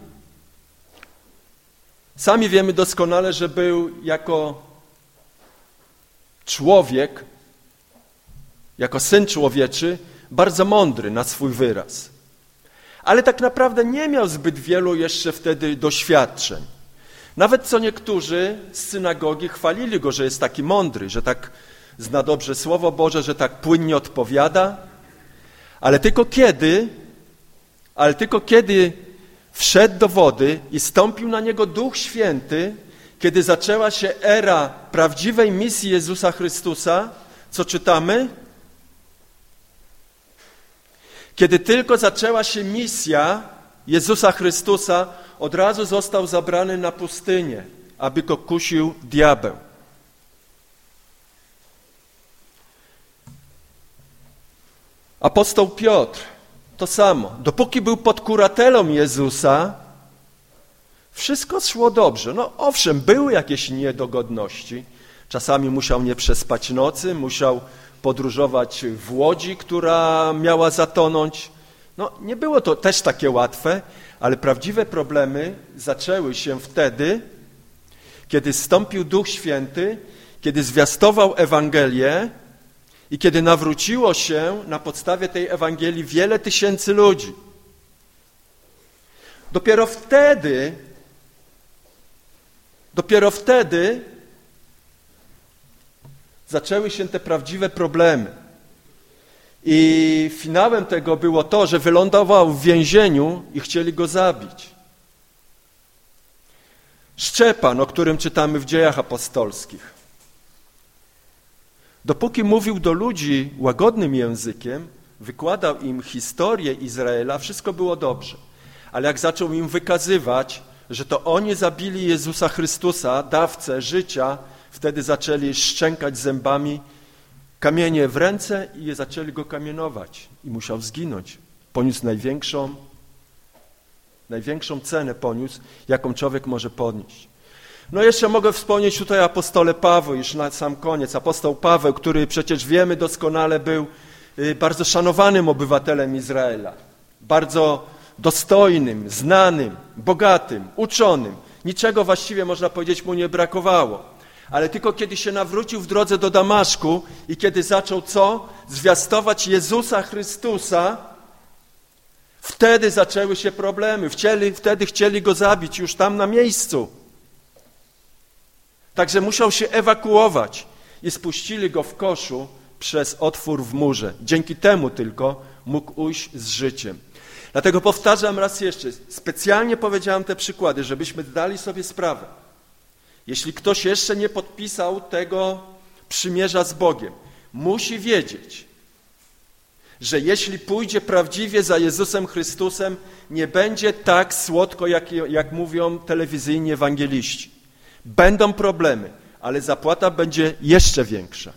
sami wiemy doskonale, że był jako człowiek, jako syn człowieczy, bardzo mądry na swój wyraz. ale tak naprawdę nie miał zbyt wielu jeszcze wtedy doświadczeń. Nawet co niektórzy z synagogi chwalili go, że jest taki mądry, że tak zna dobrze Słowo Boże, że tak płynnie odpowiada, ale tylko kiedy, ale tylko kiedy wszedł do wody i stąpił na niego Duch Święty, kiedy zaczęła się era prawdziwej misji Jezusa Chrystusa, co czytamy? Kiedy tylko zaczęła się misja Jezusa Chrystusa, od razu został zabrany na pustynię, aby go kusił diabeł. Apostoł Piotr to samo. Dopóki był pod kuratelą Jezusa, wszystko szło dobrze. No owszem, były jakieś niedogodności. Czasami musiał nie przespać nocy, musiał podróżować w łodzi, która miała zatonąć. No nie było to też takie łatwe, ale prawdziwe problemy zaczęły się wtedy, kiedy zstąpił Duch Święty, kiedy zwiastował Ewangelię i kiedy nawróciło się na podstawie tej Ewangelii wiele tysięcy ludzi. Dopiero wtedy, dopiero wtedy zaczęły się te prawdziwe problemy. I finałem tego było to, że wylądował w więzieniu i chcieli go zabić. Szczepan, o którym czytamy w Dziejach Apostolskich. Dopóki mówił do ludzi łagodnym językiem, wykładał im historię Izraela, wszystko było dobrze. Ale jak zaczął im wykazywać, że to oni zabili Jezusa Chrystusa, dawcę życia, wtedy zaczęli szczękać zębami, kamienie w ręce i je zaczęli go kamienować. I musiał zginąć. Poniósł największą, największą cenę poniósł, jaką człowiek może podnieść. No jeszcze mogę wspomnieć tutaj o apostole Pawła, już na sam koniec. Apostoł Paweł, który przecież wiemy doskonale był bardzo szanowanym obywatelem Izraela. Bardzo dostojnym, znanym, bogatym, uczonym. Niczego właściwie, można powiedzieć, mu nie brakowało. Ale tylko kiedy się nawrócił w drodze do Damaszku i kiedy zaczął co? Zwiastować Jezusa Chrystusa, wtedy zaczęły się problemy. Wtedy, wtedy chcieli go zabić już tam na miejscu. Także musiał się ewakuować i spuścili go w koszu przez otwór w murze. Dzięki temu tylko mógł ujść z życiem. Dlatego powtarzam raz jeszcze, specjalnie powiedziałem te przykłady, żebyśmy dali sobie sprawę. Jeśli ktoś jeszcze nie podpisał tego przymierza z Bogiem, musi wiedzieć, że jeśli pójdzie prawdziwie za Jezusem Chrystusem, nie będzie tak słodko, jak, jak mówią telewizyjni ewangeliści. Będą problemy, ale zapłata będzie jeszcze większa.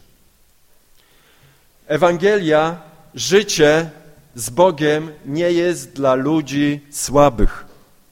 Ewangelia, życie z Bogiem nie jest dla ludzi słabych.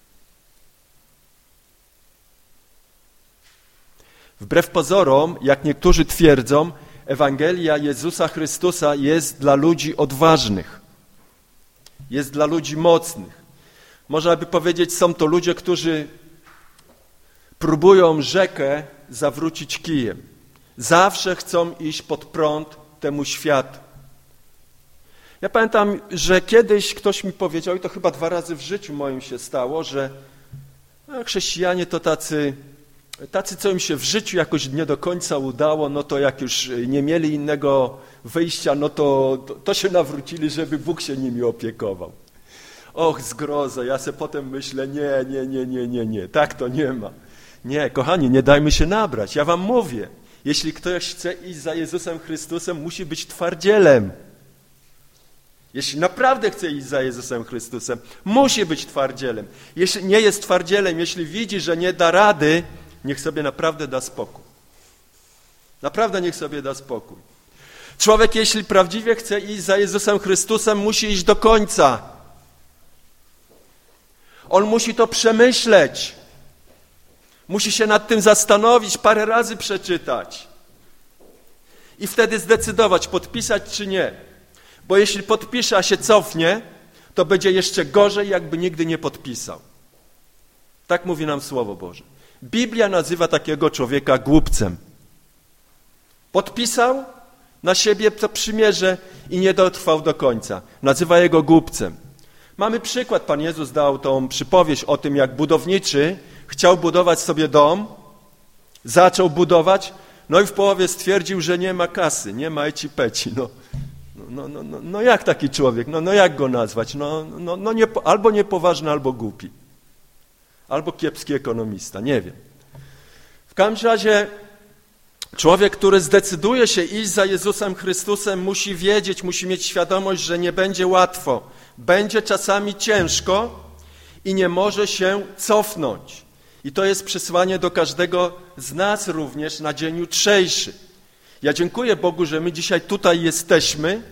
Wbrew pozorom, jak niektórzy twierdzą, Ewangelia Jezusa Chrystusa jest dla ludzi odważnych, jest dla ludzi mocnych. Można by powiedzieć, są to ludzie, którzy próbują rzekę zawrócić kijem. Zawsze chcą iść pod prąd temu światu. Ja pamiętam, że kiedyś ktoś mi powiedział, i to chyba dwa razy w życiu moim się stało, że no, chrześcijanie to tacy, tacy, co im się w życiu jakoś nie do końca udało, no to jak już nie mieli innego wyjścia, no to, to, to się nawrócili, żeby Bóg się nimi opiekował. Och, zgrozo, ja se potem myślę, nie, nie, nie, nie, nie, nie, tak to nie ma. Nie, kochani, nie dajmy się nabrać. Ja wam mówię, jeśli ktoś chce iść za Jezusem Chrystusem, musi być twardzielem. Jeśli naprawdę chce iść za Jezusem Chrystusem, musi być twardzielem. Jeśli nie jest twardzielem, jeśli widzi, że nie da rady, niech sobie naprawdę da spokój. Naprawdę niech sobie da spokój. Człowiek, jeśli prawdziwie chce iść za Jezusem Chrystusem, musi iść do końca. On musi to przemyśleć. Musi się nad tym zastanowić, parę razy przeczytać. I wtedy zdecydować, podpisać czy nie. Bo jeśli podpisze, a się cofnie, to będzie jeszcze gorzej, jakby nigdy nie podpisał. Tak mówi nam Słowo Boże. Biblia nazywa takiego człowieka głupcem. Podpisał na siebie to przymierze i nie dotrwał do końca. Nazywa jego głupcem. Mamy przykład, Pan Jezus dał tą przypowieść o tym, jak budowniczy chciał budować sobie dom, zaczął budować, no i w połowie stwierdził, że nie ma kasy, nie ma eci peci. No, no, no, no, no jak taki człowiek? No, no jak go nazwać? No, no, no nie, albo niepoważny, albo głupi. Albo kiepski ekonomista, nie wiem. W każdym razie człowiek, który zdecyduje się iść za Jezusem Chrystusem, musi wiedzieć, musi mieć świadomość, że nie będzie łatwo. Będzie czasami ciężko i nie może się cofnąć. I to jest przesłanie do każdego z nas również na dzień jutrzejszy. Ja dziękuję Bogu, że my dzisiaj tutaj jesteśmy.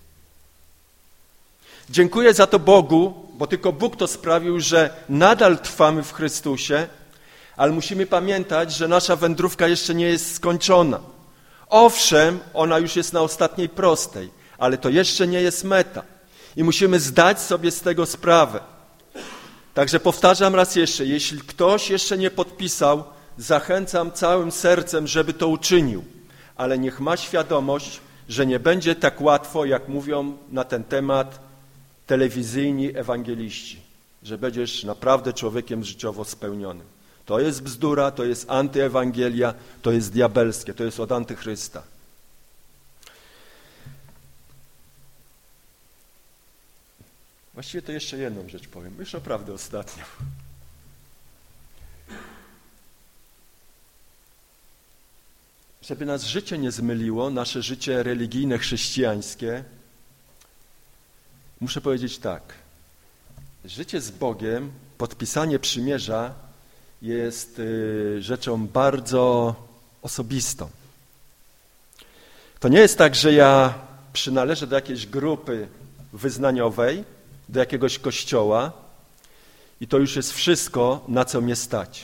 Dziękuję za to Bogu, bo tylko Bóg to sprawił, że nadal trwamy w Chrystusie, ale musimy pamiętać, że nasza wędrówka jeszcze nie jest skończona. Owszem, ona już jest na ostatniej prostej, ale to jeszcze nie jest meta. I musimy zdać sobie z tego sprawę. Także powtarzam raz jeszcze, jeśli ktoś jeszcze nie podpisał, zachęcam całym sercem, żeby to uczynił. Ale niech ma świadomość, że nie będzie tak łatwo, jak mówią na ten temat telewizyjni ewangeliści. Że będziesz naprawdę człowiekiem życiowo spełnionym. To jest bzdura, to jest antyewangelia, to jest diabelskie, to jest od antychrysta. Właściwie to jeszcze jedną rzecz powiem, już naprawdę ostatnią. Żeby nas życie nie zmyliło, nasze życie religijne, chrześcijańskie, muszę powiedzieć tak. Życie z Bogiem, podpisanie przymierza jest y, rzeczą bardzo osobistą. To nie jest tak, że ja przynależę do jakiejś grupy wyznaniowej, do jakiegoś kościoła i to już jest wszystko, na co mnie stać.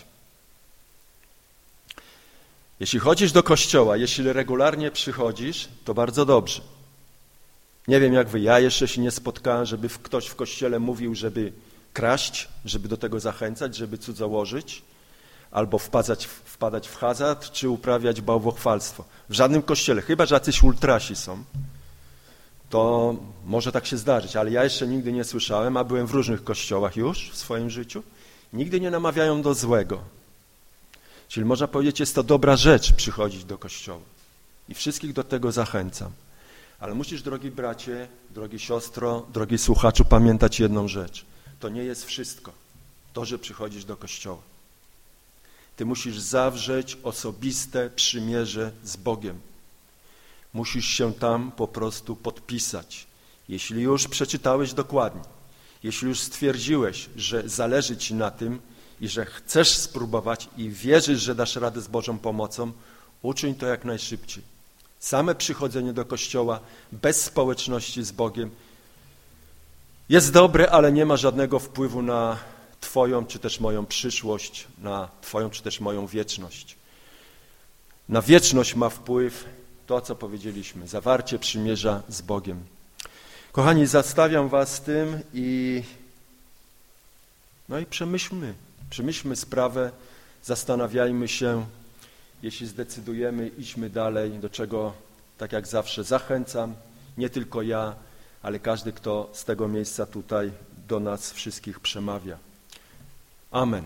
Jeśli chodzisz do kościoła, jeśli regularnie przychodzisz, to bardzo dobrze. Nie wiem jak wy, ja jeszcze się nie spotkałem, żeby ktoś w kościele mówił, żeby kraść, żeby do tego zachęcać, żeby cudzołożyć, albo wpadać, wpadać w hazard, czy uprawiać bałwochwalstwo. W żadnym kościele, chyba że jacyś ultrasi są, to może tak się zdarzyć, ale ja jeszcze nigdy nie słyszałem, a byłem w różnych kościołach już w swoim życiu, nigdy nie namawiają do złego. Czyli można powiedzieć, jest to dobra rzecz przychodzić do kościoła i wszystkich do tego zachęcam. Ale musisz, drogi bracie, drogi siostro, drogi słuchaczu, pamiętać jedną rzecz. To nie jest wszystko, to, że przychodzisz do kościoła. Ty musisz zawrzeć osobiste przymierze z Bogiem. Musisz się tam po prostu podpisać. Jeśli już przeczytałeś dokładnie, jeśli już stwierdziłeś, że zależy ci na tym i że chcesz spróbować i wierzysz, że dasz radę z Bożą pomocą, uczyń to jak najszybciej. Same przychodzenie do kościoła bez społeczności z Bogiem jest dobre, ale nie ma żadnego wpływu na Twoją czy też moją przyszłość, na Twoją czy też moją wieczność. Na wieczność ma wpływ to, co powiedzieliśmy, zawarcie przymierza z Bogiem. Kochani, zostawiam was z tym i no i przemyślmy, przemyślmy sprawę, zastanawiajmy się, jeśli zdecydujemy, idźmy dalej, do czego, tak jak zawsze, zachęcam, nie tylko ja, ale każdy, kto z tego miejsca tutaj do nas wszystkich przemawia. Amen.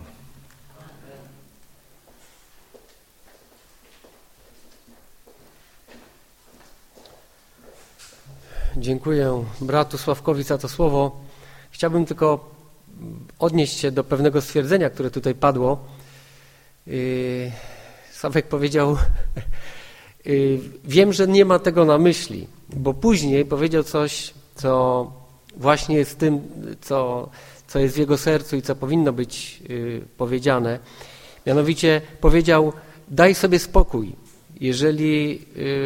Dziękuję bratu Sławkowi za to słowo. Chciałbym tylko odnieść się do pewnego stwierdzenia, które tutaj padło. Sławek powiedział, wiem, że nie ma tego na myśli, bo później powiedział coś, co właśnie jest tym, co, co jest w jego sercu i co powinno być powiedziane. Mianowicie powiedział, daj sobie spokój. Jeżeli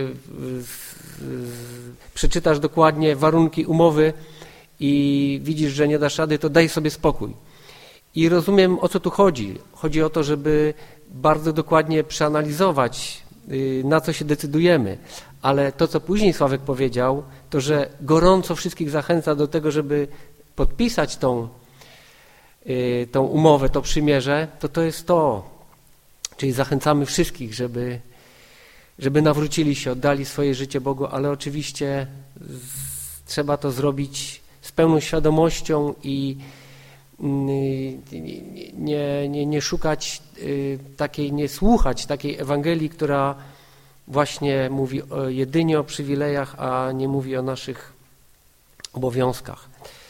przeczytasz dokładnie warunki umowy i widzisz, że nie dasz rady, to daj sobie spokój. I rozumiem, o co tu chodzi. Chodzi o to, żeby bardzo dokładnie przeanalizować, na co się decydujemy. Ale to, co później Sławek powiedział, to, że gorąco wszystkich zachęca do tego, żeby podpisać tą, tą umowę, to przymierze, to to jest to. Czyli zachęcamy wszystkich, żeby żeby nawrócili się, oddali swoje życie Bogu, ale oczywiście z, trzeba to zrobić z pełną świadomością i nie, nie, nie szukać takiej, nie słuchać takiej Ewangelii, która właśnie mówi jedynie o przywilejach, a nie mówi o naszych obowiązkach.